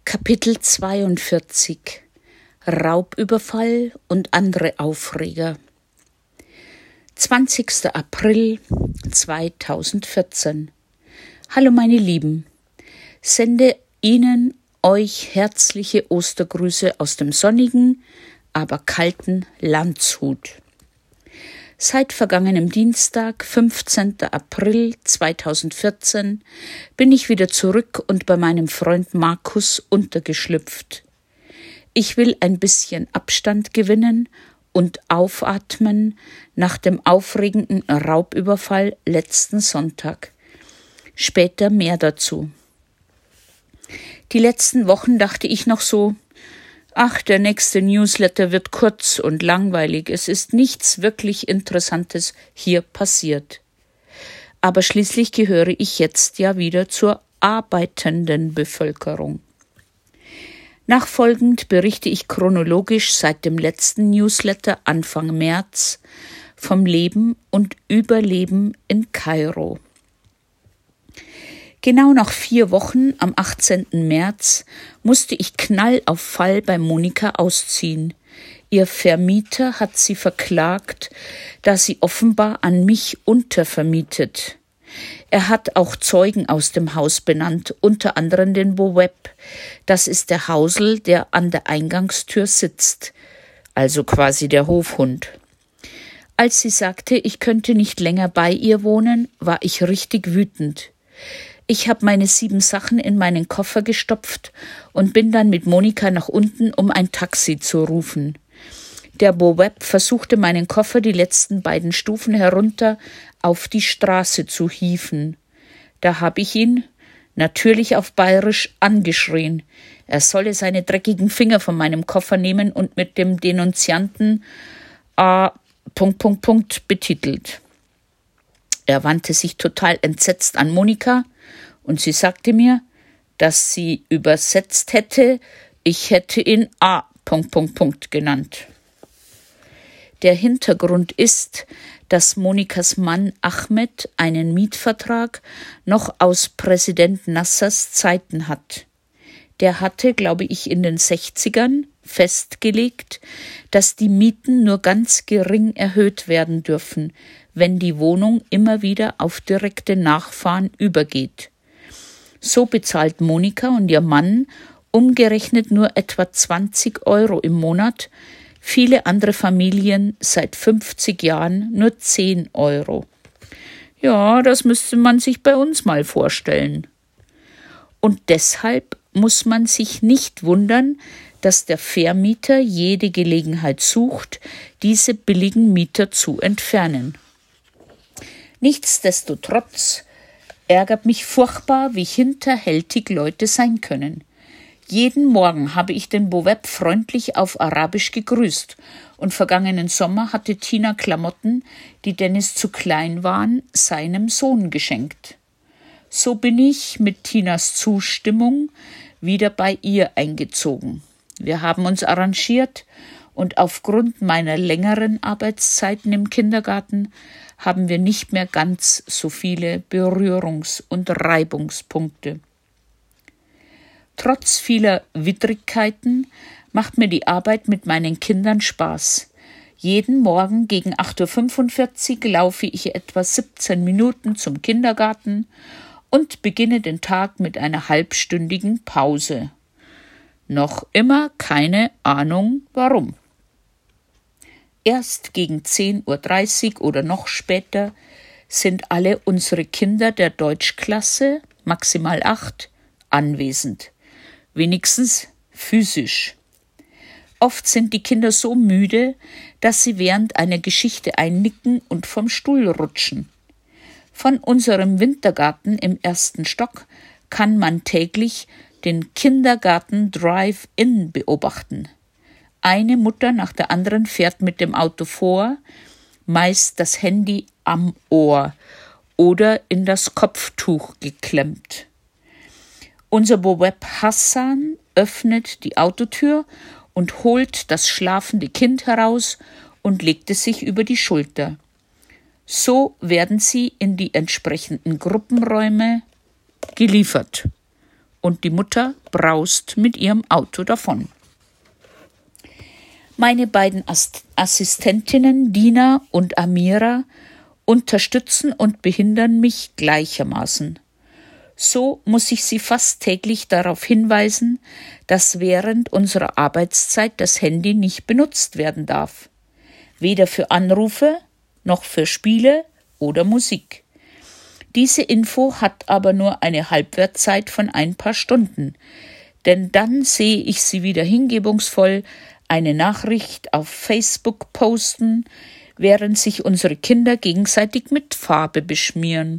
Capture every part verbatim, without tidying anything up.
Kapitel zweiundvierzig Raubüberfall und andere Aufreger. zwanzigster April zweitausendvierzehn. Hallo meine Lieben, sende Ihnen euch herzliche Ostergrüße aus dem sonnigen, aber kalten Landshut. Seit vergangenem Dienstag, fünfzehnter April zweitausendvierzehn, bin ich wieder zurück und bei meinem Freund Markus untergeschlüpft. Ich will ein bisschen Abstand gewinnen und aufatmen nach dem aufregenden Raubüberfall letzten Sonntag. Später mehr dazu. Die letzten Wochen dachte ich noch so, ach, der nächste Newsletter wird kurz und langweilig, es ist nichts wirklich Interessantes hier passiert. Aber schließlich gehöre ich jetzt ja wieder zur arbeitenden Bevölkerung. Nachfolgend berichte ich chronologisch seit dem letzten Newsletter Anfang März vom Leben und Überleben in Kairo. Genau nach vier Wochen, am achtzehnten März, musste ich Knall auf Fall bei Monika ausziehen. Ihr Vermieter hat sie verklagt, da sie offenbar an mich untervermietet. Er hat auch Zeugen aus dem Haus benannt, unter anderem den Boweb. Das ist der Hausl, der an der Eingangstür sitzt, also quasi der Hofhund. Als sie sagte, ich könnte nicht länger bei ihr wohnen, war ich richtig wütend. Ich habe meine sieben Sachen in meinen Koffer gestopft und bin dann mit Monika nach unten, um ein Taxi zu rufen. Der Boweb versuchte meinen Koffer die letzten beiden Stufen herunter auf die Straße zu hieven. Da habe ich ihn, natürlich auf Bayerisch, angeschrien. Er solle seine dreckigen Finger von meinem Koffer nehmen und mit dem Denunzianten A. Punkt, Punkt, Punkt betitelt. Er wandte sich total entsetzt an Monika und sie sagte mir, dass sie übersetzt hätte, ich hätte ihn A. Punkt, Punkt, Punkt genannt. Der Hintergrund ist, dass Monikas Mann Ahmed einen Mietvertrag noch aus Präsident Nassers Zeiten hat. Der hatte, glaube ich, in den sechzigern festgelegt, dass die Mieten nur ganz gering erhöht werden dürfen, wenn die Wohnung immer wieder auf direkte Nachfahren übergeht. So bezahlt Monika und ihr Mann umgerechnet nur etwa zwanzig Euro im Monat, viele andere Familien seit fünfzig Jahren nur zehn Euro. Ja, das müsste man sich bei uns mal vorstellen. Und deshalb muss man sich nicht wundern, dass der Vermieter jede Gelegenheit sucht, diese billigen Mieter zu entfernen. Nichtsdestotrotz ärgert mich furchtbar, wie hinterhältig Leute sein können. Jeden Morgen habe ich den Boweb freundlich auf Arabisch gegrüßt und vergangenen Sommer hatte Tina Klamotten, die Dennis zu klein waren, seinem Sohn geschenkt. So bin ich mit Tinas Zustimmung wieder bei ihr eingezogen. Wir haben uns arrangiert und aufgrund meiner längeren Arbeitszeiten im Kindergarten haben wir nicht mehr ganz so viele Berührungs- und Reibungspunkte. Trotz vieler Widrigkeiten macht mir die Arbeit mit meinen Kindern Spaß. Jeden Morgen gegen acht Uhr fünfundvierzig laufe ich etwa siebzehn Minuten zum Kindergarten und beginne den Tag mit einer halbstündigen Pause. Noch immer keine Ahnung, warum. Erst gegen zehn Uhr dreißig oder noch später sind alle unsere Kinder der Deutschklasse, maximal acht, anwesend. Wenigstens physisch. Oft sind die Kinder so müde, dass sie während einer Geschichte einnicken und vom Stuhl rutschen. Von unserem Wintergarten im ersten Stock kann man täglich den Kindergarten Drive-In beobachten. Eine Mutter nach der anderen fährt mit dem Auto vor, meist das Handy am Ohr oder in das Kopftuch geklemmt. Unser Boweb Hassan öffnet die Autotür und holt das schlafende Kind heraus und legt es sich über die Schulter. So werden sie in die entsprechenden Gruppenräume geliefert. und die Mutter braust mit ihrem Auto davon. Meine beiden Assistentinnen Dina und Amira unterstützen und behindern mich gleichermaßen. So muss ich sie fast täglich darauf hinweisen, dass während unserer Arbeitszeit das Handy nicht benutzt werden darf. Weder für Anrufe noch für Spiele oder Musik. Diese Info hat aber nur eine Halbwertzeit von ein paar Stunden, denn dann sehe ich sie wieder hingebungsvoll eine Nachricht auf Facebook posten, während sich unsere Kinder gegenseitig mit Farbe beschmieren.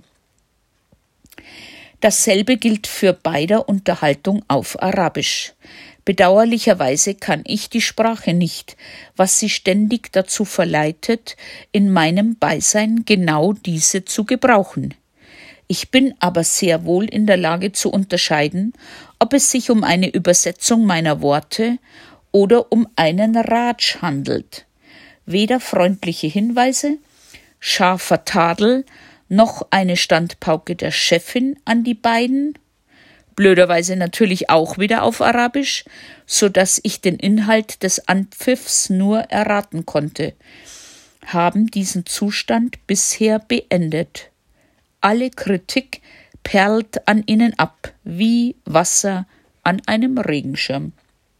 Dasselbe gilt für beider Unterhaltung auf Arabisch. Bedauerlicherweise kann ich die Sprache nicht, was sie ständig dazu verleitet, in meinem Beisein genau diese zu gebrauchen. Ich bin aber sehr wohl in der Lage zu unterscheiden, ob es sich um eine Übersetzung meiner Worte oder um einen Ratsch handelt. Weder freundliche Hinweise, scharfer Tadel, noch eine Standpauke der Chefin an die beiden, blöderweise natürlich auch wieder auf Arabisch, so dass ich den Inhalt des Anpfiffs nur erraten konnte, haben diesen Zustand bisher beendet. Alle Kritik perlt an ihnen ab, wie Wasser an einem Regenschirm.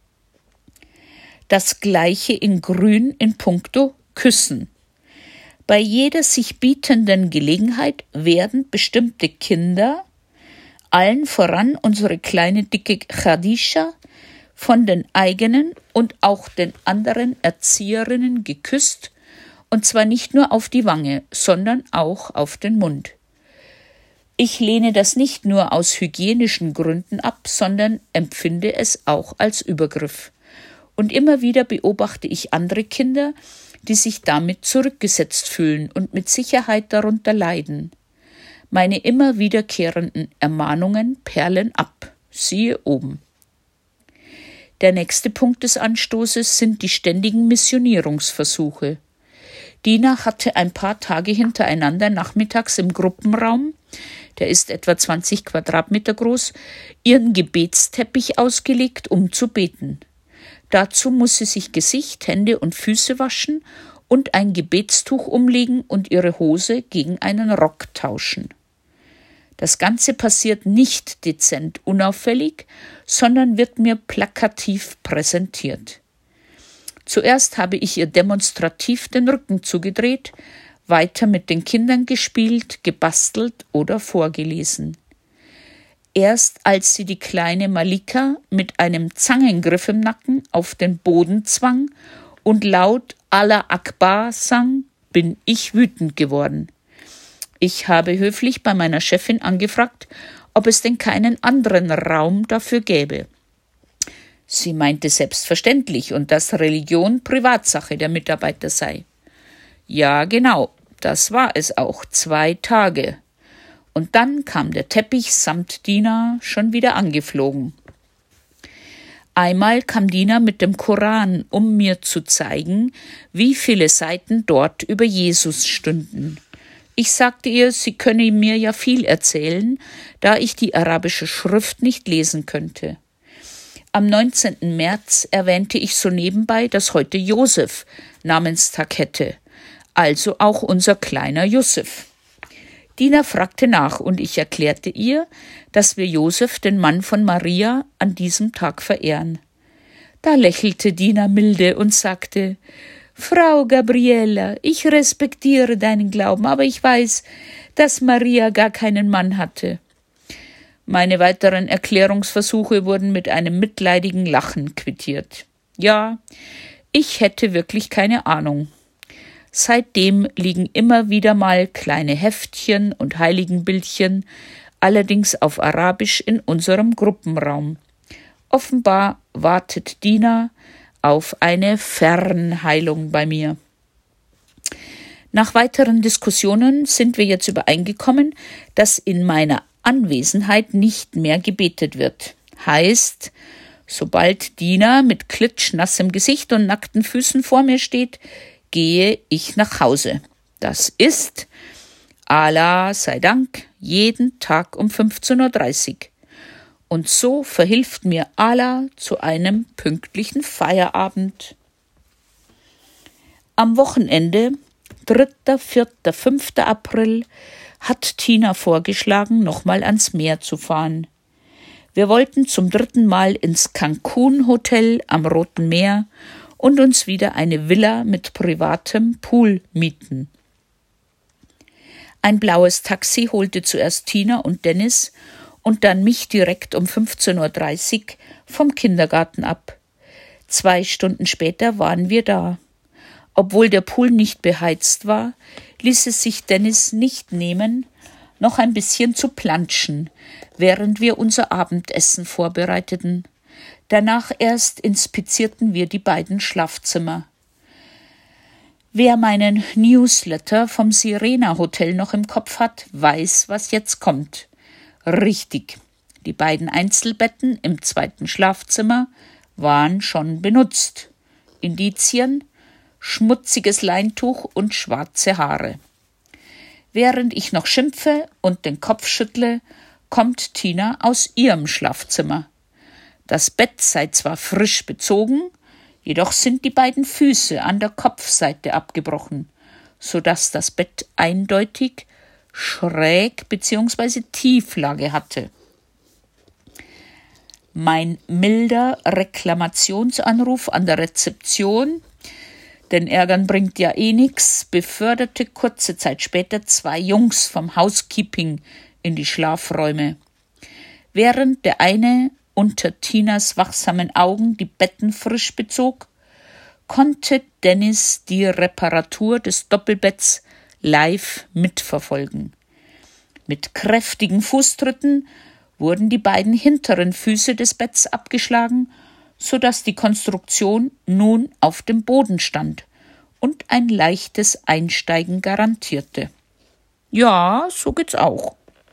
Das Gleiche in Grün in puncto Küssen. Bei jeder sich bietenden Gelegenheit werden bestimmte Kinder, allen voran unsere kleine dicke Khadija, von den eigenen und auch den anderen Erzieherinnen geküsst, und zwar nicht nur auf die Wange, sondern auch auf den Mund. Ich lehne das nicht nur aus hygienischen Gründen ab, sondern empfinde es auch als Übergriff. Und immer wieder beobachte ich andere Kinder, die sich damit zurückgesetzt fühlen und mit Sicherheit darunter leiden. Meine immer wiederkehrenden Ermahnungen perlen ab. Siehe oben. Der nächste Punkt des Anstoßes sind die ständigen Missionierungsversuche. Dina hatte ein paar Tage hintereinander nachmittags im Gruppenraum, der ist etwa zwanzig Quadratmeter groß, ihren Gebetsteppich ausgelegt, um zu beten. Dazu muss sie sich Gesicht, Hände und Füße waschen und ein Gebetstuch umlegen und ihre Hose gegen einen Rock tauschen. Das Ganze passiert nicht dezent unauffällig, sondern wird mir plakativ präsentiert. Zuerst habe ich ihr demonstrativ den Rücken zugedreht, weiter mit den Kindern gespielt, gebastelt oder vorgelesen. Erst als sie die kleine Malika mit einem Zangengriff im Nacken auf den Boden zwang und laut Allah Akbar sang, bin ich wütend geworden. Ich habe höflich bei meiner Chefin angefragt, ob es denn keinen anderen Raum dafür gäbe. Sie meinte selbstverständlich und dass Religion Privatsache der Mitarbeiter sei. Ja, genau, das war es auch, zwei Tage. Und dann kam der Teppich samt Dina schon wieder angeflogen. Einmal kam Dina mit dem Koran, um mir zu zeigen, wie viele Seiten dort über Jesus stünden. Ich sagte ihr, sie könne mir ja viel erzählen, da ich die arabische Schrift nicht lesen könnte. Am neunzehnten März erwähnte ich so nebenbei, dass heute Josef Namenstag hätte, also auch unser kleiner Josef. Dina fragte nach und ich erklärte ihr, dass wir Josef, den Mann von Maria, an diesem Tag verehren. Da lächelte Dina milde und sagte: »Frau Gabriela, ich respektiere deinen Glauben, aber ich weiß, dass Maria gar keinen Mann hatte.« Meine weiteren Erklärungsversuche wurden mit einem mitleidigen Lachen quittiert. Ja, ich hätte wirklich keine Ahnung. Seitdem liegen immer wieder mal kleine Heftchen und Heiligenbildchen, allerdings auf Arabisch, in unserem Gruppenraum. Offenbar wartet Dina auf eine Fernheilung bei mir. Nach weiteren Diskussionen sind wir jetzt übereingekommen, dass in meiner Anwesenheit nicht mehr gebetet wird. Heißt, sobald Dina mit klitschnassem Gesicht und nackten Füßen vor mir steht, gehe ich nach Hause. Das ist, Allah sei Dank, jeden Tag um fünfzehn Uhr dreißig. Und so verhilft mir Allah zu einem pünktlichen Feierabend. Am Wochenende, dritter, vierter, fünfter April, hat Tina vorgeschlagen, nochmal ans Meer zu fahren. Wir wollten zum dritten Mal ins Cancun-Hotel am Roten Meer und uns wieder eine Villa mit privatem Pool mieten. Ein blaues Taxi holte zuerst Tina und Dennis und dann mich direkt um fünfzehn Uhr dreißig vom Kindergarten ab. Zwei Stunden später waren wir da. Obwohl der Pool nicht beheizt war, ließ es sich Dennis nicht nehmen, noch ein bisschen zu planschen, während wir unser Abendessen vorbereiteten. Danach erst inspizierten wir die beiden Schlafzimmer. Wer meinen Newsletter vom Sirena Hotel noch im Kopf hat, weiß, was jetzt kommt. Richtig, die beiden Einzelbetten im zweiten Schlafzimmer waren schon benutzt. Indizien: schmutziges Leintuch und schwarze Haare. Während ich noch schimpfe und den Kopf schüttle, kommt Tina aus ihrem Schlafzimmer. Das Bett sei zwar frisch bezogen, jedoch sind die beiden Füße an der Kopfseite abgebrochen, sodass das Bett eindeutig Schräg- bzw. Tieflage hatte. Mein milder Reklamationsanruf an der Rezeption, denn Ärgern bringt ja eh nix, beförderte kurze Zeit später zwei Jungs vom Housekeeping in die Schlafräume. Während der eine unter Tinas wachsamen Augen die Betten frisch bezog, konnte Dennis die Reparatur des Doppelbetts live mitverfolgen. Mit kräftigen Fußtritten wurden die beiden hinteren Füße des Betts abgeschlagen, sodass die Konstruktion nun auf dem Boden stand und ein leichtes Einsteigen garantierte. Ja, so geht's auch.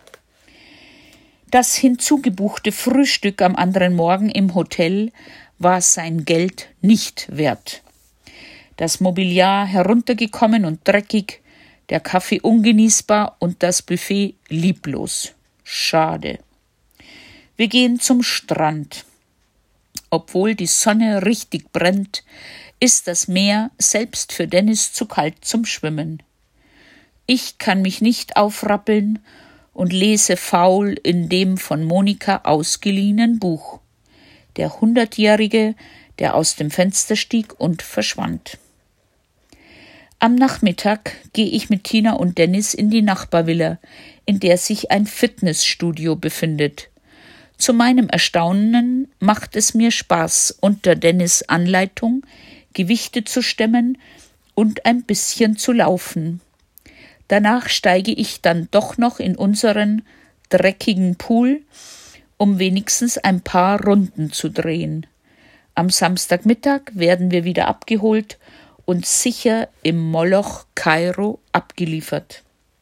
Das hinzugebuchte Frühstück am anderen Morgen im Hotel war sein Geld nicht wert. Das Mobiliar heruntergekommen und dreckig, der Kaffee ungenießbar und das Buffet lieblos. Schade. Wir gehen zum Strand. Obwohl die Sonne richtig brennt, ist das Meer selbst für Dennis zu kalt zum Schwimmen. Ich kann mich nicht aufrappeln und lese faul in dem von Monika ausgeliehenen Buch. Der Hundertjährige, der aus dem Fenster stieg und verschwand. Am Nachmittag gehe ich mit Tina und Dennis in die Nachbarvilla, in der sich ein Fitnessstudio befindet. Zu meinem Erstaunen macht es mir Spaß, unter Dennis' Anleitung Gewichte zu stemmen und ein bisschen zu laufen. Danach steige ich dann doch noch in unseren dreckigen Pool, um wenigstens ein paar Runden zu drehen. Am Samstagmittag werden wir wieder abgeholt und sicher im Moloch Kairo abgeliefert.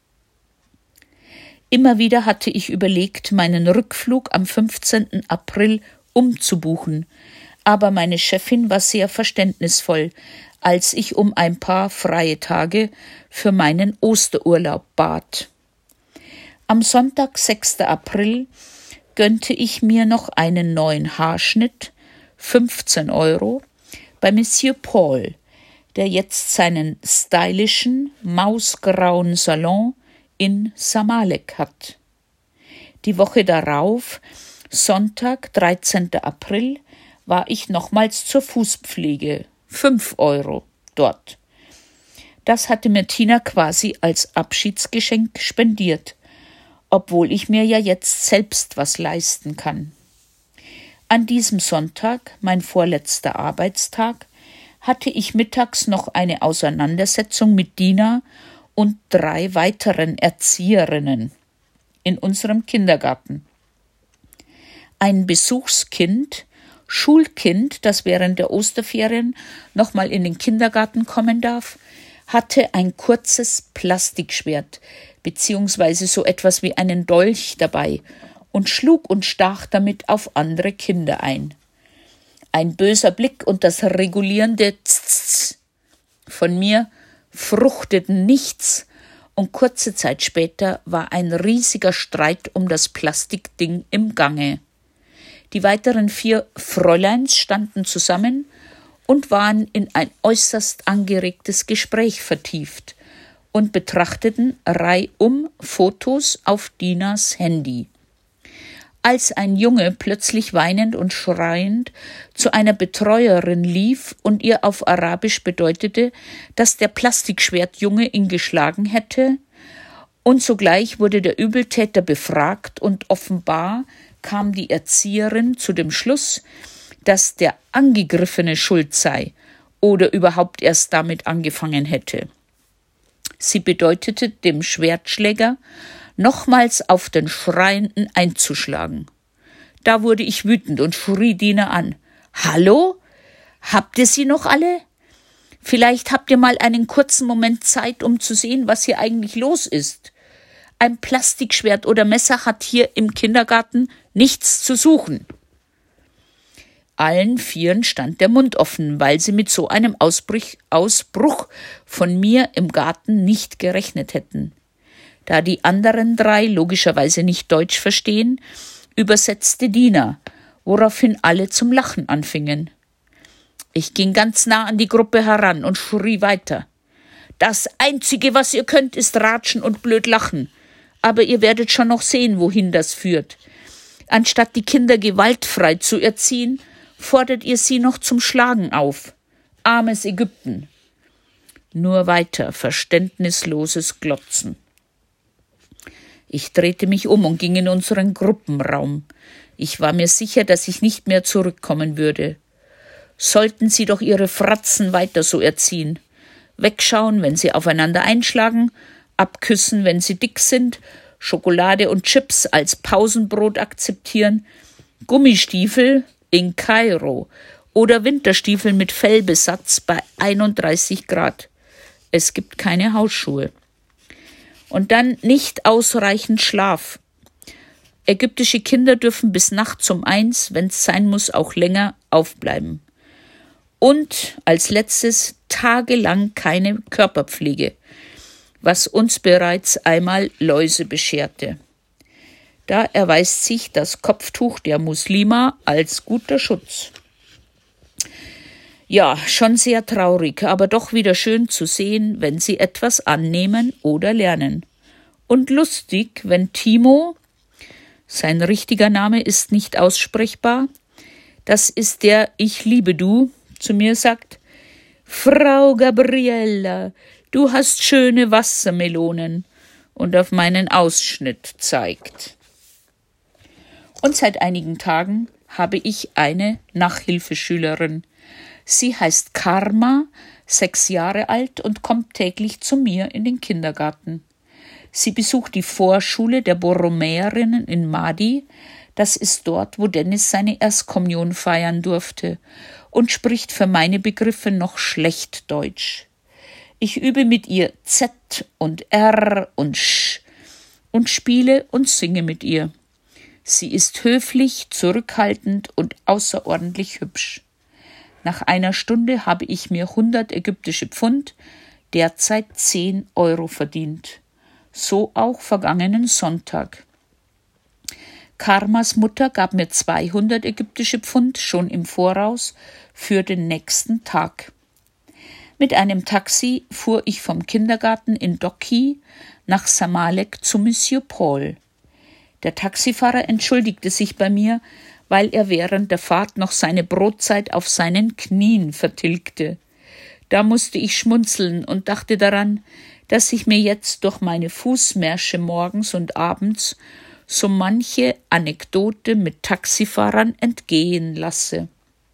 Immer wieder hatte ich überlegt, meinen Rückflug am fünfzehnten April umzubuchen, aber meine Chefin war sehr verständnisvoll, als ich um ein paar freie Tage für meinen Osterurlaub bat. Am Sonntag, sechsten April, gönnte ich mir noch einen neuen Haarschnitt, fünfzehn Euro, bei Monsieur Paul, der jetzt seinen stylischen, mausgrauen Salon in Samalek hat. Die Woche darauf, Sonntag, dreizehnten April, war ich nochmals zur Fußpflege, fünf Euro dort. Das hatte mir Tina quasi als Abschiedsgeschenk spendiert, obwohl ich mir ja jetzt selbst was leisten kann. An diesem Sonntag, mein vorletzter Arbeitstag, hatte ich mittags noch eine Auseinandersetzung mit Dina und drei weiteren Erzieherinnen in unserem Kindergarten. Ein Besuchskind, Schulkind, das während der Osterferien nochmal in den Kindergarten kommen darf, hatte ein kurzes Plastikschwert beziehungsweise so etwas wie einen Dolch dabei und schlug und stach damit auf andere Kinder ein. Ein böser Blick und das regulierende Tz von mir fruchteten nichts und kurze Zeit später war ein riesiger Streit um das Plastikding im Gange. Die weiteren vier Fräuleins standen zusammen und waren in ein äußerst angeregtes Gespräch vertieft und betrachteten reihum Fotos auf Dinas Handy. Als ein Junge plötzlich weinend und schreiend zu einer Betreuerin lief und ihr auf Arabisch bedeutete, dass der Plastikschwertjunge ihn geschlagen hätte, und sogleich wurde der Übeltäter befragt und offenbar kam die Erzieherin zu dem Schluss, dass der Angegriffene schuld sei oder überhaupt erst damit angefangen hätte. Sie bedeutete dem Schwertschläger, nochmals auf den Schreienden einzuschlagen. Da wurde ich wütend und schrie Dina an. »Hallo? Habt ihr sie noch alle? Vielleicht habt ihr mal einen kurzen Moment Zeit, um zu sehen, was hier eigentlich los ist. Ein Plastikschwert oder Messer hat hier im Kindergarten nichts zu suchen.« Allen Vieren stand der Mund offen, weil sie mit so einem Ausbruch, Ausbruch von mir im Garten nicht gerechnet hätten. Da die anderen drei logischerweise nicht Deutsch verstehen, übersetzte Dina, woraufhin alle zum Lachen anfingen. Ich ging ganz nah an die Gruppe heran und schrie weiter. »Das Einzige, was ihr könnt, ist ratschen und blöd lachen. Aber ihr werdet schon noch sehen, wohin das führt. Anstatt die Kinder gewaltfrei zu erziehen, fordert ihr sie noch zum Schlagen auf. Armes Ägypten!« Nur weiter verständnisloses Glotzen. Ich drehte mich um und ging in unseren Gruppenraum. Ich war mir sicher, dass ich nicht mehr zurückkommen würde. Sollten sie doch ihre Fratzen weiter so erziehen. Wegschauen, wenn sie aufeinander einschlagen, abküssen, wenn sie dick sind, Schokolade und Chips als Pausenbrot akzeptieren, Gummistiefel in Kairo oder Winterstiefel mit Fellbesatz bei einunddreißig Grad. Es gibt keine Hausschuhe. Und dann nicht ausreichend Schlaf. Ägyptische Kinder dürfen bis nachts um eins, wenn es sein muss, auch länger aufbleiben. Und als letztes tagelang keine Körperpflege, was uns bereits einmal Läuse bescherte. Da erweist sich das Kopftuch der Muslima als guter Schutz. Ja, schon sehr traurig, aber doch wieder schön zu sehen, wenn sie etwas annehmen oder lernen. Und lustig, wenn Timo, sein richtiger Name ist nicht aussprechbar, das ist der Ich liebe du, zu mir sagt, »Frau Gabriella, du hast schöne Wassermelonen«, und auf meinen Ausschnitt zeigt. Und seit einigen Tagen habe ich eine Nachhilfeschülerin. Sie heißt Karma, sechs Jahre alt und kommt täglich zu mir in den Kindergarten. Sie besucht die Vorschule der Borromäerinnen in Madi, das ist dort, wo Dennis seine Erstkommunion feiern durfte, und spricht für meine Begriffe noch schlecht Deutsch. Ich übe mit ihr Z und R und Sch und spiele und singe mit ihr. Sie ist höflich, zurückhaltend und außerordentlich hübsch. Nach einer Stunde habe ich mir hundert ägyptische Pfund, derzeit zehn Euro verdient. So auch vergangenen Sonntag. Karmas Mutter gab mir zweihundert ägyptische Pfund schon im Voraus für den nächsten Tag. Mit einem Taxi fuhr ich vom Kindergarten in Doki nach Samalek zu Monsieur Paul. Der Taxifahrer entschuldigte sich bei mir, weil er während der Fahrt noch seine Brotzeit auf seinen Knien vertilgte. Da musste ich schmunzeln und dachte daran, dass ich mir jetzt durch meine Fußmärsche morgens und abends so manche Anekdote mit Taxifahrern entgehen lasse.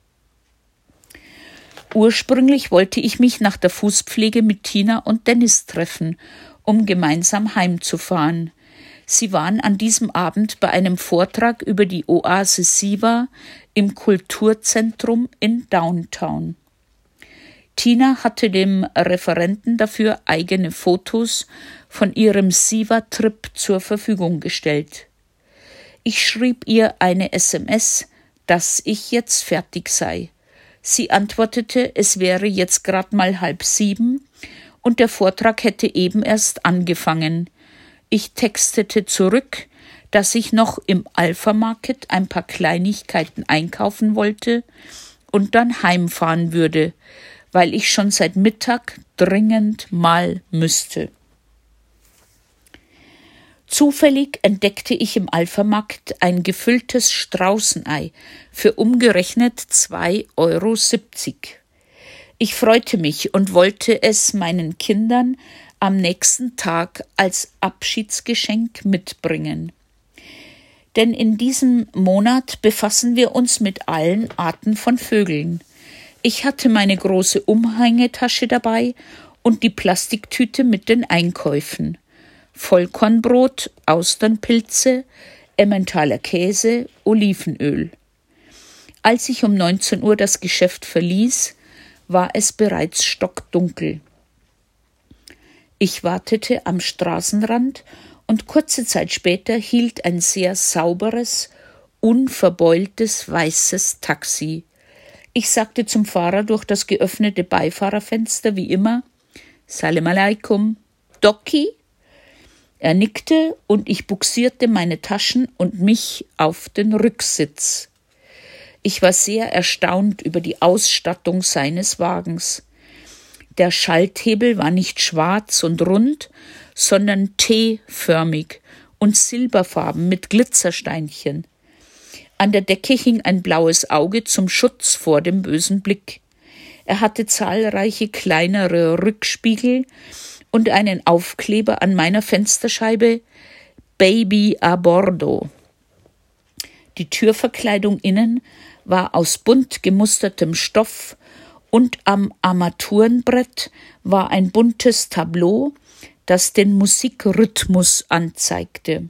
Ursprünglich wollte ich mich nach der Fußpflege mit Tina und Dennis treffen, um gemeinsam heimzufahren. Sie waren an diesem Abend bei einem Vortrag über die Oase Siwa im Kulturzentrum in Downtown. Tina hatte dem Referenten dafür eigene Fotos von ihrem Siwa-Trip zur Verfügung gestellt. Ich schrieb ihr eine S M S, dass ich jetzt fertig sei. Sie antwortete, es wäre jetzt grad mal halb sieben und der Vortrag hätte eben erst angefangen. Ich textete zurück, dass ich noch im Alpha-Market ein paar Kleinigkeiten einkaufen wollte und dann heimfahren würde, weil ich schon seit Mittag dringend mal müsste. Zufällig entdeckte ich im Alpha-Markt ein gefülltes Straußenei für umgerechnet zwei Euro siebzig. Ich freute mich und wollte es meinen Kindern am nächsten Tag als Abschiedsgeschenk mitbringen. Denn in diesem Monat befassen wir uns mit allen Arten von Vögeln. Ich hatte meine große Umhängetasche dabei und die Plastiktüte mit den Einkäufen. Vollkornbrot, Austernpilze, Emmentaler Käse, Olivenöl. Als ich um neunzehn Uhr das Geschäft verließ, war es bereits stockdunkel. Ich wartete am Straßenrand und kurze Zeit später hielt ein sehr sauberes, unverbeultes weißes Taxi. Ich sagte zum Fahrer durch das geöffnete Beifahrerfenster wie immer: Salam alaikum, Doki? Er nickte und ich buxierte meine Taschen und mich auf den Rücksitz. Ich war sehr erstaunt über die Ausstattung seines Wagens. Der Schalthebel war nicht schwarz und rund, sondern T-förmig und silberfarben mit Glitzersteinchen. An der Decke hing ein blaues Auge zum Schutz vor dem bösen Blick. Er hatte zahlreiche kleinere Rückspiegel und einen Aufkleber an meiner Fensterscheibe: Baby a bordo. Die Türverkleidung innen war aus bunt gemustertem Stoff und am Armaturenbrett war ein buntes Tableau, das den Musikrhythmus anzeigte.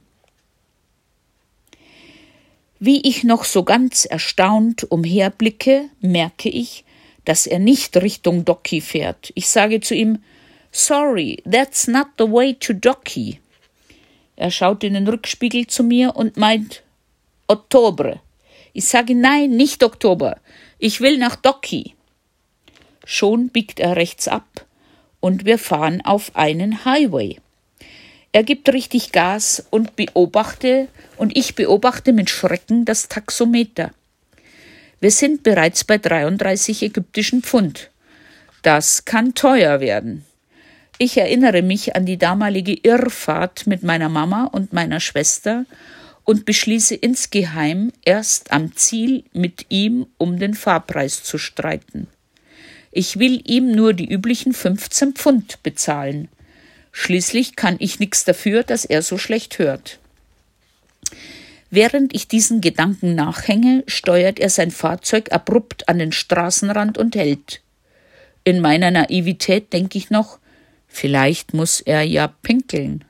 Wie ich noch so ganz erstaunt umherblicke, merke ich, dass er nicht Richtung Doki fährt. Ich sage zu ihm: Sorry, that's not the way to Doki. Er schaut in den Rückspiegel zu mir und meint: Oktober. Ich sage: Nein, nicht Oktober. Ich will nach Doki. Schon biegt er rechts ab und wir fahren auf einen Highway. Er gibt richtig Gas und beobachte und ich beobachte mit Schrecken das Taxometer. Wir sind bereits bei dreiunddreißig ägyptischen Pfund. Das kann teuer werden. Ich erinnere mich an die damalige Irrfahrt mit meiner Mama und meiner Schwester und beschließe insgeheim, erst am Ziel mit ihm um den Fahrpreis zu streiten. Ich will ihm nur die üblichen fünfzehn Pfund bezahlen. Schließlich kann ich nichts dafür, dass er so schlecht hört. Während ich diesen Gedanken nachhänge, steuert er sein Fahrzeug abrupt an den Straßenrand und hält. In meiner Naivität denke ich noch: Vielleicht muss er ja pinkeln.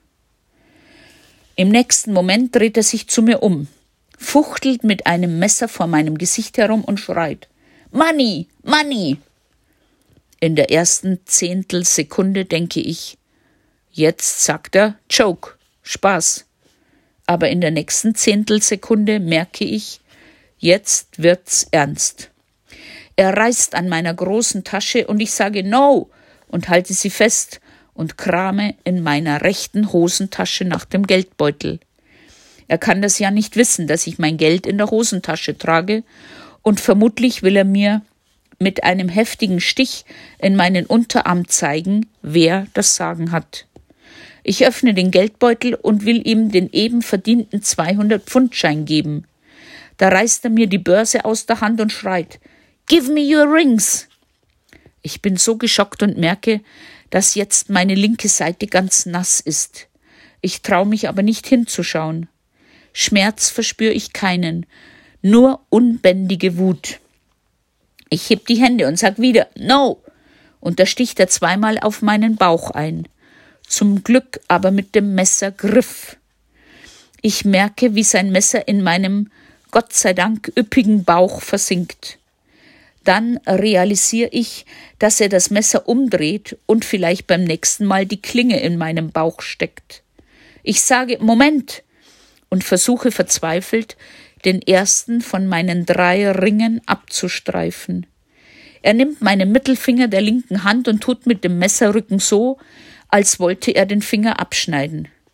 Im nächsten Moment dreht er sich zu mir um, fuchtelt mit einem Messer vor meinem Gesicht herum und schreit: Money, Money! In der ersten Zehntelsekunde denke ich: Jetzt sagt er Joke, Spaß. Aber in der nächsten Zehntelsekunde merke ich: Jetzt wird's ernst. Er reißt an meiner großen Tasche und ich sage No und halte sie fest und krame in meiner rechten Hosentasche nach dem Geldbeutel. Er kann das ja nicht wissen, dass ich mein Geld in der Hosentasche trage, und vermutlich will er mir mit einem heftigen Stich in meinen Unterarm zeigen, wer das Sagen hat. Ich öffne den Geldbeutel und will ihm den eben verdienten zweihundert-Pfund-Schein geben. Da reißt er mir die Börse aus der Hand und schreit: Give me your rings! Ich bin so geschockt und merke, dass jetzt meine linke Seite ganz nass ist. Ich traue mich aber nicht hinzuschauen. Schmerz verspüre ich keinen, nur unbändige Wut. Ich heb die Hände und sag wieder No, und da sticht er zweimal auf meinen Bauch ein. Zum Glück aber mit dem Messergriff. Ich merke, wie sein Messer in meinem Gott sei Dank üppigen Bauch versinkt. Dann realisiere ich, dass er das Messer umdreht und vielleicht beim nächsten Mal die Klinge in meinem Bauch steckt. Ich sage Moment und versuche verzweifelt, den ersten von meinen drei Ringen abzustreifen. Er nimmt meinen Mittelfinger der linken Hand und tut mit dem Messerrücken so, als wollte er den Finger abschneiden.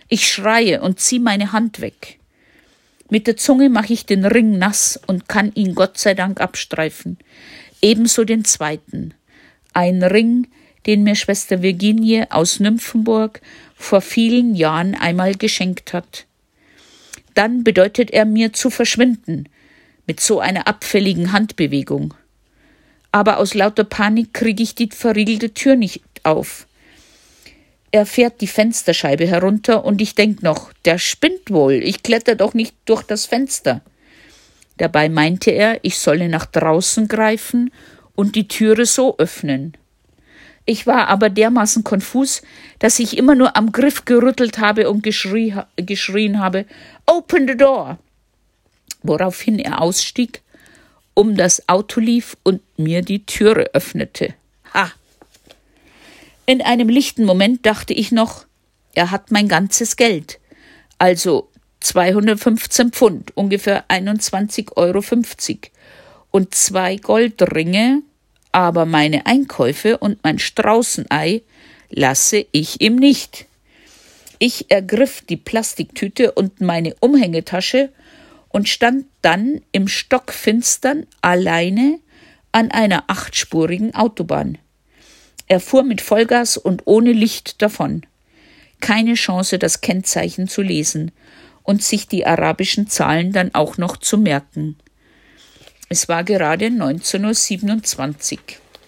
Ich schreie und zieh meine Hand weg. Mit der Zunge mache ich den Ring nass und kann ihn Gott sei Dank abstreifen. Ebenso den zweiten. Ein Ring, den mir Schwester Virginie aus Nymphenburg vor vielen Jahren einmal geschenkt hat. Dann bedeutet er mir zu verschwinden, mit so einer abfälligen Handbewegung. Aber aus lauter Panik kriege ich die verriegelte Tür nicht auf. Er fährt die Fensterscheibe herunter und ich denk noch, der spinnt wohl, ich kletter doch nicht durch das Fenster. Dabei meinte er, ich solle nach draußen greifen und die Türe so öffnen. Ich war aber dermaßen konfus, dass ich immer nur am Griff gerüttelt habe und geschrie, geschrien habe, »Open the door!« Woraufhin er ausstieg, um das Auto lief und mir die Türe öffnete. Ha! In einem lichten Moment dachte ich noch, er hat mein ganzes Geld, also zweihundertfünfzehn Pfund, ungefähr einundzwanzig Euro fünfzig und zwei Goldringe, aber meine Einkäufe und mein Straußenei lasse ich ihm nicht. Ich ergriff die Plastiktüte und meine Umhängetasche und stand dann im Stockfinstern alleine an einer achtspurigen Autobahn. Er fuhr mit Vollgas und ohne Licht davon. Keine Chance, das Kennzeichen zu lesen und sich die arabischen Zahlen dann auch noch zu merken. Es war gerade neunzehn Uhr siebenundzwanzig.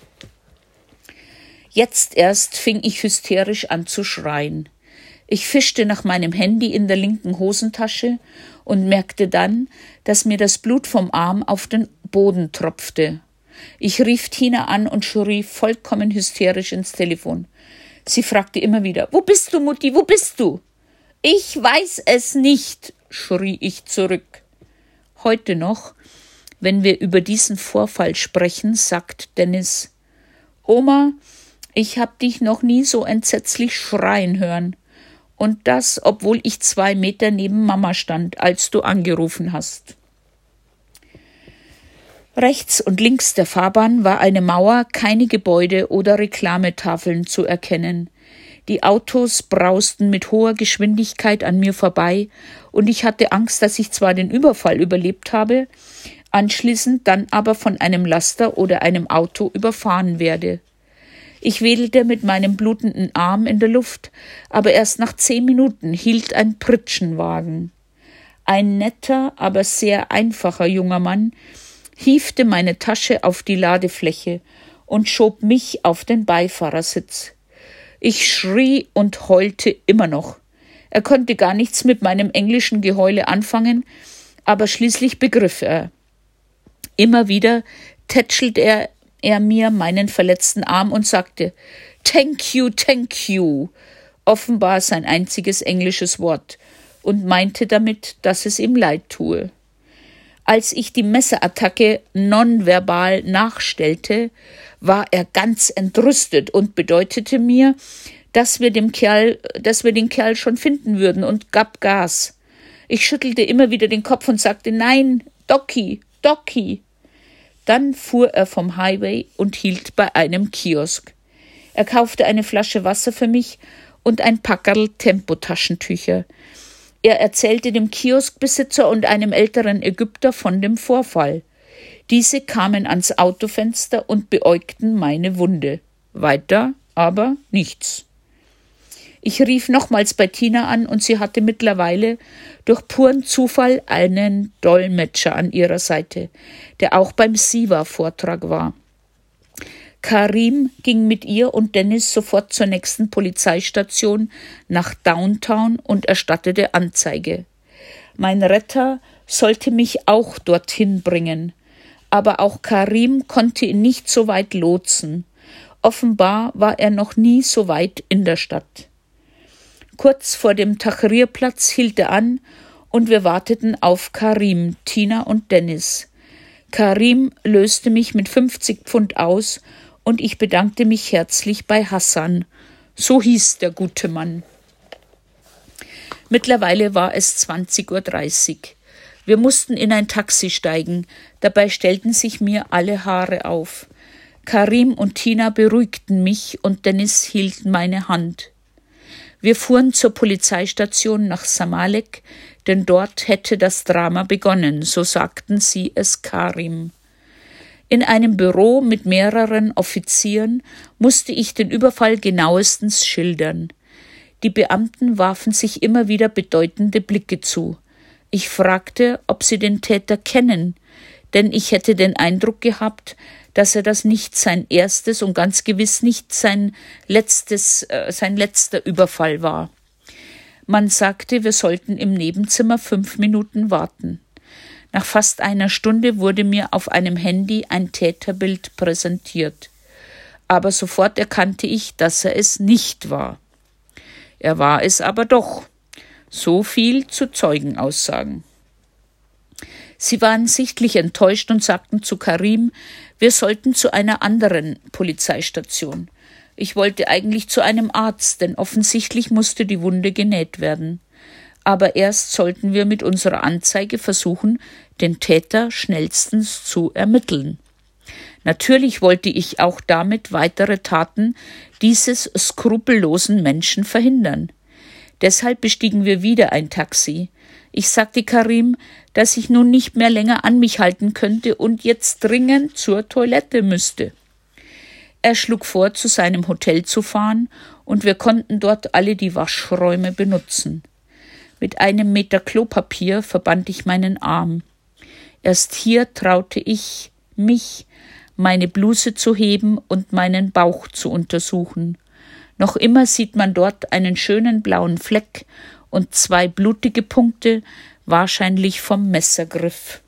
Jetzt erst fing ich hysterisch an zu schreien. Ich fischte nach meinem Handy in der linken Hosentasche und merkte dann, dass mir das Blut vom Arm auf den Boden tropfte. Ich rief Tina an und schrie vollkommen hysterisch ins Telefon. Sie fragte immer wieder, »Wo bist du, Mutti, wo bist du?« »Ich weiß es nicht«, schrie ich zurück. Heute noch, wenn wir über diesen Vorfall sprechen, sagt Dennis, »Oma, ich hab dich noch nie so entsetzlich schreien hören. Und das, obwohl ich zwei Meter neben Mama stand, als du angerufen hast.« Rechts und links der Fahrbahn war eine Mauer, keine Gebäude oder Reklametafeln zu erkennen. Die Autos brausten mit hoher Geschwindigkeit an mir vorbei und ich hatte Angst, dass ich zwar den Überfall überlebt habe, anschließend dann aber von einem Laster oder einem Auto überfahren werde. Ich wedelte mit meinem blutenden Arm in der Luft, aber erst nach zehn Minuten hielt ein Pritschenwagen. Ein netter, aber sehr einfacher junger Mann hiefte meine Tasche auf die Ladefläche und schob mich auf den Beifahrersitz. Ich schrie und heulte immer noch. Er konnte gar nichts mit meinem englischen Geheule anfangen, aber schließlich begriff er. Immer wieder tätschelte er, er mir meinen verletzten Arm und sagte, »Thank you, thank you«, offenbar sein einziges englisches Wort, und meinte damit, dass es ihm leid tue. Als ich die Messerattacke nonverbal nachstellte, war er ganz entrüstet und bedeutete mir, dass wir, dem Kerl, dass wir den Kerl schon finden würden und gab Gas. Ich schüttelte immer wieder den Kopf und sagte, »Nein, Docky, Docky.« Dann fuhr er vom Highway und hielt bei einem Kiosk. Er kaufte eine Flasche Wasser für mich und ein Packerl Tempotaschentücher. Er erzählte dem Kioskbesitzer und einem älteren Ägypter von dem Vorfall. Diese kamen ans Autofenster und beäugten meine Wunde. Weiter aber nichts. Ich rief nochmals bei Tina an und sie hatte mittlerweile durch puren Zufall einen Dolmetscher an ihrer Seite, der auch beim Siwa-Vortrag war. Karim ging mit ihr und Dennis sofort zur nächsten Polizeistation nach Downtown und erstattete Anzeige. Mein Retter sollte mich auch dorthin bringen, aber auch Karim konnte ihn nicht so weit lotsen. Offenbar war er noch nie so weit in der Stadt. Kurz vor dem Tahrirplatz hielt er an und wir warteten auf Karim, Tina und Dennis. Karim löste mich mit fünfzig Pfund aus und ich bedankte mich herzlich bei Hassan. So hieß der gute Mann. Mittlerweile war es zwanzig Uhr dreißig. Wir mussten in ein Taxi steigen. Dabei stellten sich mir alle Haare auf. Karim und Tina beruhigten mich und Dennis hielt meine Hand. Wir fuhren zur Polizeistation nach Samalek, denn dort hätte das Drama begonnen, so sagten sie es Karim. In einem Büro mit mehreren Offizieren musste ich den Überfall genauestens schildern. Die Beamten warfen sich immer wieder bedeutende Blicke zu. Ich fragte, ob sie den Täter kennen, denn ich hätte den Eindruck gehabt, dass er das nicht sein erstes und ganz gewiss nicht sein letztes, äh, sein letzter Überfall war. Man sagte, wir sollten im Nebenzimmer fünf Minuten warten. Nach fast einer Stunde wurde mir auf einem Handy ein Täterbild präsentiert. Aber sofort erkannte ich, dass er es nicht war. Er war es aber doch. So viel zu Zeugenaussagen. Sie waren sichtlich enttäuscht und sagten zu Karim, wir sollten zu einer anderen Polizeistation. Ich wollte eigentlich zu einem Arzt, denn offensichtlich musste die Wunde genäht werden. Aber erst sollten wir mit unserer Anzeige versuchen, den Täter schnellstens zu ermitteln. Natürlich wollte ich auch damit weitere Taten dieses skrupellosen Menschen verhindern. Deshalb bestiegen wir wieder ein Taxi. Ich sagte Karim, dass ich nun nicht mehr länger an mich halten könnte und jetzt dringend zur Toilette müsste. Er schlug vor, zu seinem Hotel zu fahren, und wir konnten dort alle die Waschräume benutzen. Mit einem Meter Klopapier verband ich meinen Arm. Erst hier traute ich mich, meine Bluse zu heben und meinen Bauch zu untersuchen. Noch immer sieht man dort einen schönen blauen Fleck und zwei blutige Punkte, wahrscheinlich vom Messergriff.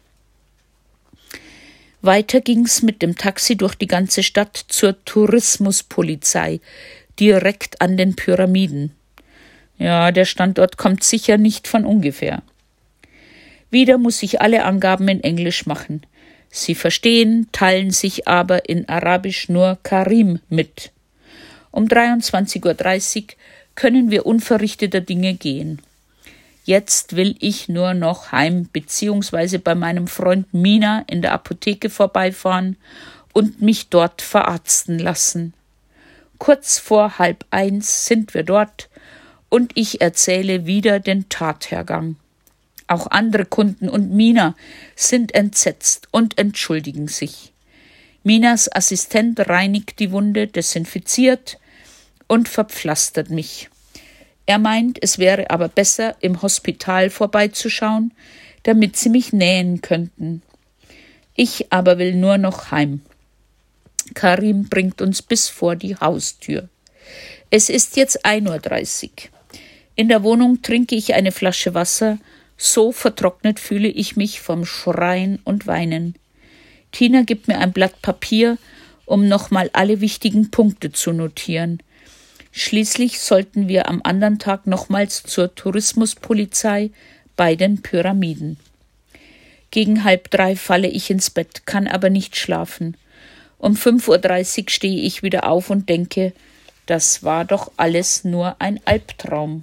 Weiter ging's mit dem Taxi durch die ganze Stadt zur Tourismuspolizei, direkt an den Pyramiden. Ja, der Standort kommt sicher nicht von ungefähr. Wieder muss ich alle Angaben in Englisch machen. Sie verstehen, teilen sich aber in Arabisch nur Karim mit. Um dreiundzwanzig Uhr dreißig können wir unverrichteter Dinge gehen. Jetzt will ich nur noch heim bzw. bei meinem Freund Mina in der Apotheke vorbeifahren und mich dort verarzten lassen. Kurz vor halb eins sind wir dort und ich erzähle wieder den Tathergang. Auch andere Kunden und Mina sind entsetzt und entschuldigen sich. Minas Assistent reinigt die Wunde, desinfiziert und verpflastert mich. Er meint, es wäre aber besser, im Hospital vorbeizuschauen, damit sie mich nähen könnten. Ich aber will nur noch heim. Karim bringt uns bis vor die Haustür. Es ist jetzt ein Uhr dreißig. In der Wohnung trinke ich eine Flasche Wasser, so vertrocknet fühle ich mich vom Schreien und Weinen. Tina gibt mir ein Blatt Papier, um nochmal alle wichtigen Punkte zu notieren. Schließlich sollten wir am anderen Tag nochmals zur Tourismuspolizei bei den Pyramiden. Gegen halb drei falle ich ins Bett, kann aber nicht schlafen. Um fünf Uhr dreißig stehe ich wieder auf und denke, das war doch alles nur ein Albtraum.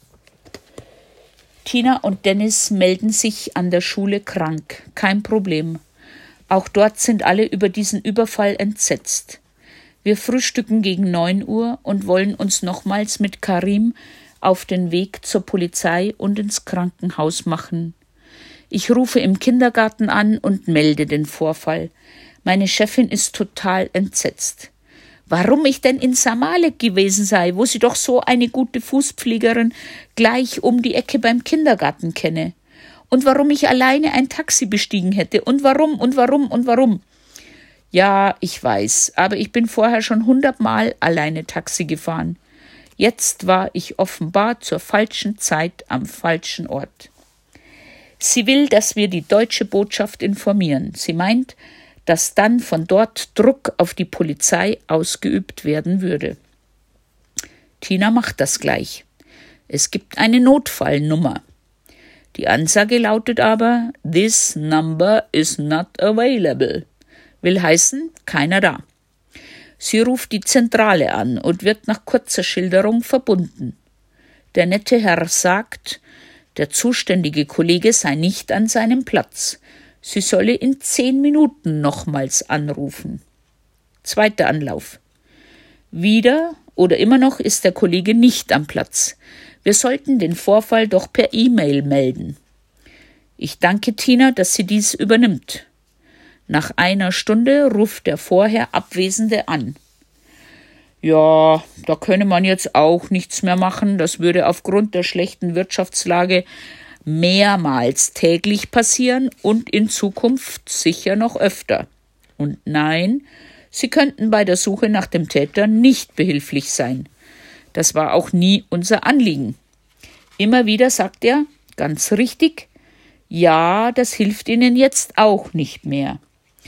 Tina und Dennis melden sich an der Schule krank, kein Problem. Auch dort sind alle über diesen Überfall entsetzt. Wir frühstücken gegen neun Uhr und wollen uns nochmals mit Karim auf den Weg zur Polizei und ins Krankenhaus machen. Ich rufe im Kindergarten an und melde den Vorfall. Meine Chefin ist total entsetzt. Warum ich denn in Samalek gewesen sei, wo sie doch so eine gute Fußpflegerin gleich um die Ecke beim Kindergarten kenne. Und warum ich alleine ein Taxi bestiegen hätte. Und warum und warum und warum. Ja, ich weiß, aber ich bin vorher schon hundertmal alleine Taxi gefahren. Jetzt war ich offenbar zur falschen Zeit am falschen Ort. Sie will, dass wir die deutsche Botschaft informieren. Sie meint, dass dann von dort Druck auf die Polizei ausgeübt werden würde. Tina macht das gleich. Es gibt eine Notfallnummer. Die Ansage lautet aber, this number is not available. Will heißen, keiner da. Sie ruft die Zentrale an und wird nach kurzer Schilderung verbunden. Der nette Herr sagt, der zuständige Kollege sei nicht an seinem Platz. Sie solle in zehn Minuten nochmals anrufen. Zweiter Anlauf. Wieder oder immer noch ist der Kollege nicht am Platz. Wir sollten den Vorfall doch per E-Mail melden. Ich danke Tina, dass sie dies übernimmt. Nach einer Stunde ruft der vorher Abwesende an. Ja, da könne man jetzt auch nichts mehr machen. Das würde aufgrund der schlechten Wirtschaftslage mehrmals täglich passieren und in Zukunft sicher noch öfter. Und nein, Sie könnten bei der Suche nach dem Täter nicht behilflich sein. Das war auch nie unser Anliegen. Immer wieder sagt er, ganz richtig, ja, das hilft Ihnen jetzt auch nicht mehr.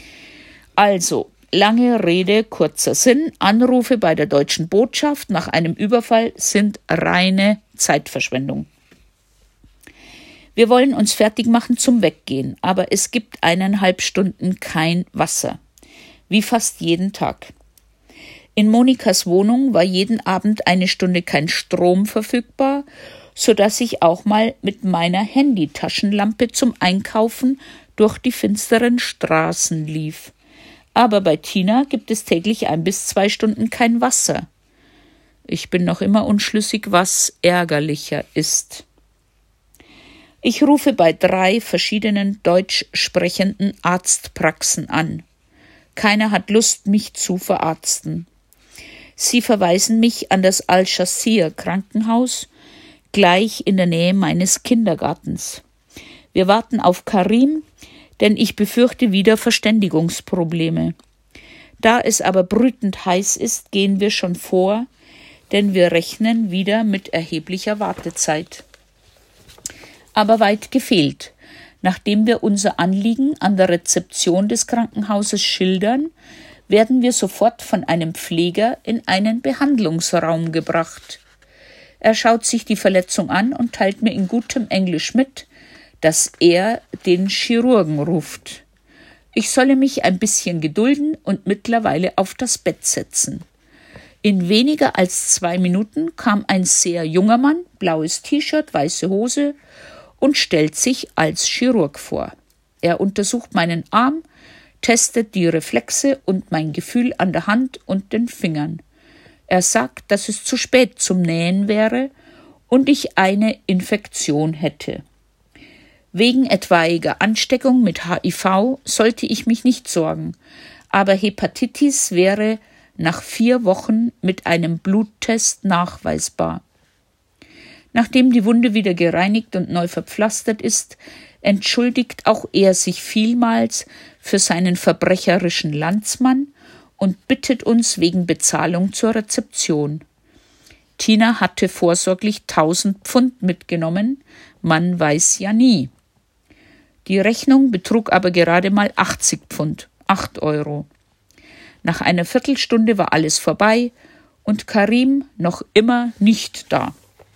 Also, lange Rede, kurzer Sinn, Anrufe bei der deutschen Botschaft nach einem Überfall sind reine Zeitverschwendung. Wir wollen uns fertig machen zum Weggehen, aber es gibt eineinhalb Stunden kein Wasser. Wie fast jeden Tag. In Monikas Wohnung war jeden Abend eine Stunde kein Strom verfügbar, sodass ich auch mal mit meiner Handytaschenlampe zum Einkaufen durch die finsteren Straßen lief. Aber bei Tina gibt es täglich ein bis zwei Stunden kein Wasser. Ich bin noch immer unschlüssig, was ärgerlicher ist. Ich rufe bei drei verschiedenen deutsch sprechenden Arztpraxen an. Keiner hat Lust, mich zu verarzten. Sie verweisen mich an das Al-Shassir-Krankenhaus, gleich in der Nähe meines Kindergartens. Wir warten auf Karim, denn ich befürchte wieder Verständigungsprobleme. Da es aber brütend heiß ist, gehen wir schon vor, denn wir rechnen wieder mit erheblicher Wartezeit. Aber weit gefehlt. Nachdem wir unser Anliegen an der Rezeption des Krankenhauses schildern, werden wir sofort von einem Pfleger in einen Behandlungsraum gebracht. Er schaut sich die Verletzung an und teilt mir in gutem Englisch mit, dass er den Chirurgen ruft. Ich solle mich ein bisschen gedulden und mittlerweile auf das Bett setzen. In weniger als zwei Minuten kam ein sehr junger Mann, blaues T-Shirt, weiße Hose, und stellt sich als Chirurg vor. Er untersucht meinen Arm, testet die Reflexe und mein Gefühl an der Hand und den Fingern. Er sagt, dass es zu spät zum Nähen wäre und ich eine Infektion hätte. Wegen etwaiger Ansteckung mit H I V sollte ich mich nicht sorgen, aber Hepatitis wäre nach vier Wochen mit einem Bluttest nachweisbar. Nachdem die Wunde wieder gereinigt und neu verpflastert ist, entschuldigt auch er sich vielmals für seinen verbrecherischen Landsmann und bittet uns wegen Bezahlung zur Rezeption. Tina hatte vorsorglich tausend Pfund mitgenommen, man weiß ja nie. Die Rechnung betrug aber gerade mal achtzig Pfund, acht Euro. Nach einer Viertelstunde war alles vorbei und Karim noch immer nicht da.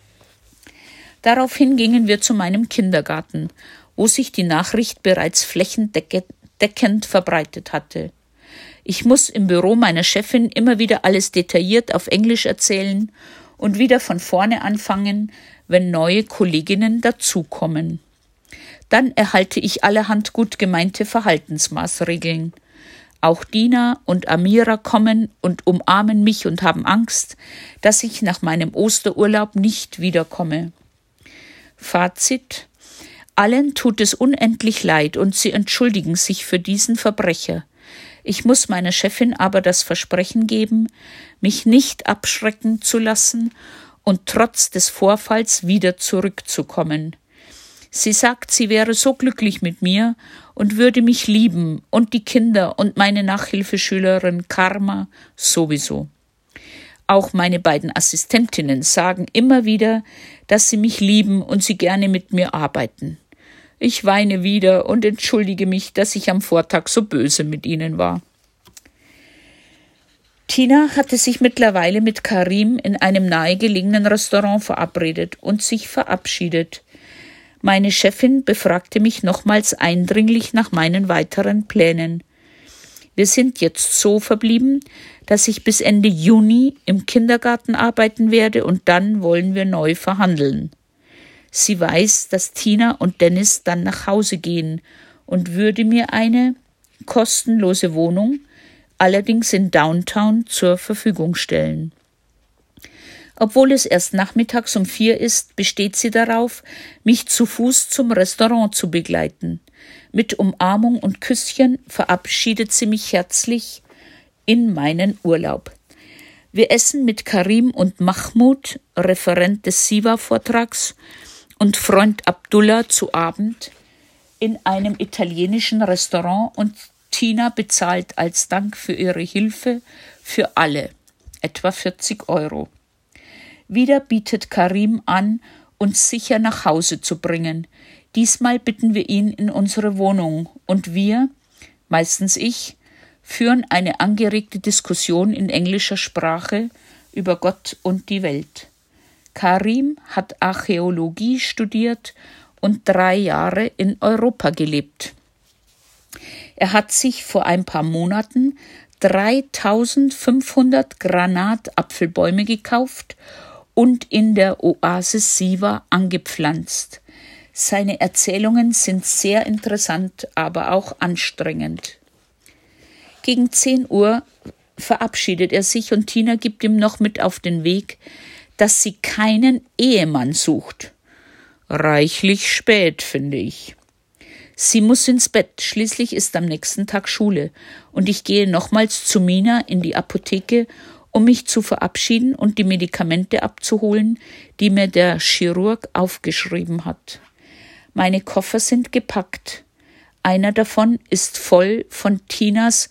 Daraufhin gingen wir zu meinem Kindergarten, wo sich die Nachricht bereits flächendeckend verbreitet hatte. Ich muss im Büro meiner Chefin immer wieder alles detailliert auf Englisch erzählen und wieder von vorne anfangen, wenn neue Kolleginnen dazukommen. Dann erhalte ich allerhand gut gemeinte Verhaltensmaßregeln. Auch Dina und Amira kommen und umarmen mich und haben Angst, dass ich nach meinem Osterurlaub nicht wiederkomme. Fazit: Allen tut es unendlich leid und sie entschuldigen sich für diesen Verbrecher. Ich muss meiner Chefin aber das Versprechen geben, mich nicht abschrecken zu lassen und trotz des Vorfalls wieder zurückzukommen. Sie sagt, sie wäre so glücklich mit mir und würde mich lieben und die Kinder und meine Nachhilfeschülerin Karma sowieso. Auch meine beiden Assistentinnen sagen immer wieder, dass sie mich lieben und sie gerne mit mir arbeiten. Ich weine wieder und entschuldige mich, dass ich am Vortag so böse mit ihnen war. Tina hatte sich mittlerweile mit Karim in einem nahegelegenen Restaurant verabredet und sich verabschiedet. Meine Chefin befragte mich nochmals eindringlich nach meinen weiteren Plänen. Wir sind jetzt so verblieben, dass ich bis Ende Juni im Kindergarten arbeiten werde und dann wollen wir neu verhandeln. Sie weiß, dass Tina und Dennis dann nach Hause gehen und würde mir eine kostenlose Wohnung, allerdings in Downtown zur Verfügung stellen. Obwohl es erst nachmittags um vier ist, besteht sie darauf, mich zu Fuß zum Restaurant zu begleiten. Mit Umarmung und Küsschen verabschiedet sie mich herzlich in meinen Urlaub. Wir essen mit Karim und Mahmoud, Referent des Siwa-Vortrags, und Freund Abdullah zu Abend in einem italienischen Restaurant und Tina bezahlt als Dank für ihre Hilfe für alle, etwa vierzig Euro. Wieder bietet Karim an, uns sicher nach Hause zu bringen. Diesmal bitten wir ihn in unsere Wohnung und wir, meistens ich, führen eine angeregte Diskussion in englischer Sprache über Gott und die Welt. Karim hat Archäologie studiert und drei Jahre in Europa gelebt. Er hat sich vor ein paar Monaten dreitausendfünfhundert Granatapfelbäume gekauft und in der Oasis Siwa angepflanzt. Seine Erzählungen sind sehr interessant, aber auch anstrengend. Gegen zehn Uhr verabschiedet er sich und Tina gibt ihm noch mit auf den Weg, dass sie keinen Ehemann sucht. Reichlich spät, finde ich. Sie muss ins Bett, schließlich ist am nächsten Tag Schule und ich gehe nochmals zu Mina in die Apotheke, um mich zu verabschieden und die Medikamente abzuholen, die mir der Chirurg aufgeschrieben hat. Meine Koffer sind gepackt. Einer davon ist voll von Tinas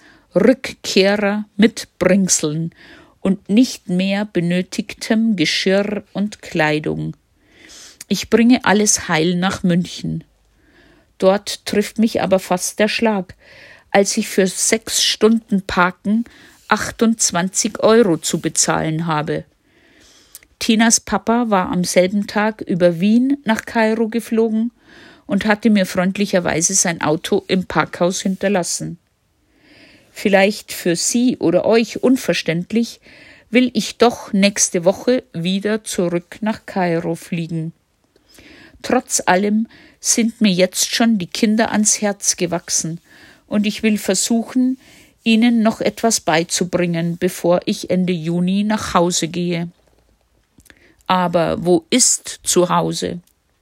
Rückkehrer-Mitbringseln und nicht mehr benötigtem Geschirr und Kleidung. Ich bringe alles heil nach München. Dort trifft mich aber fast der Schlag, als ich für sechs Stunden Parken achtundzwanzig Euro zu bezahlen habe. Tinas Papa war am selben Tag über Wien nach Kairo geflogen und hatte mir freundlicherweise sein Auto im Parkhaus hinterlassen. Vielleicht für Sie oder euch unverständlich, will ich doch nächste Woche wieder zurück nach Kairo fliegen. Trotz allem sind mir jetzt schon die Kinder ans Herz gewachsen und ich will versuchen, ihnen noch etwas beizubringen, bevor ich Ende Juni nach Hause gehe. Aber wo ist zu Hause?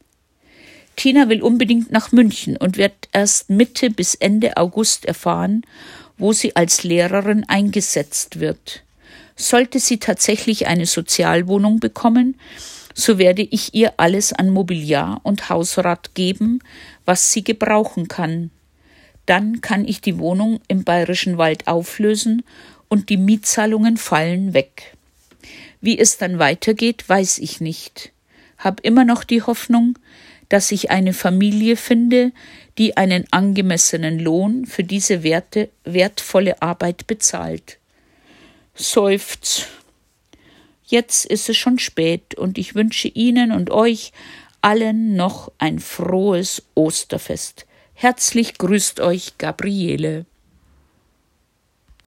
Tina will unbedingt nach München und wird erst Mitte bis Ende August erfahren, wo sie als Lehrerin eingesetzt wird. Sollte sie tatsächlich eine Sozialwohnung bekommen, so werde ich ihr alles an Mobiliar und Hausrat geben, was sie gebrauchen kann. Dann kann ich die Wohnung im Bayerischen Wald auflösen und die Mietzahlungen fallen weg. Wie es dann weitergeht, weiß ich nicht. Hab immer noch die Hoffnung, dass ich eine Familie finde, die einen angemessenen Lohn für diese Werte, wertvolle Arbeit bezahlt. Seufzt. Jetzt ist es schon spät und ich wünsche Ihnen und euch allen noch ein frohes Osterfest. Herzlich grüßt euch Gabriele.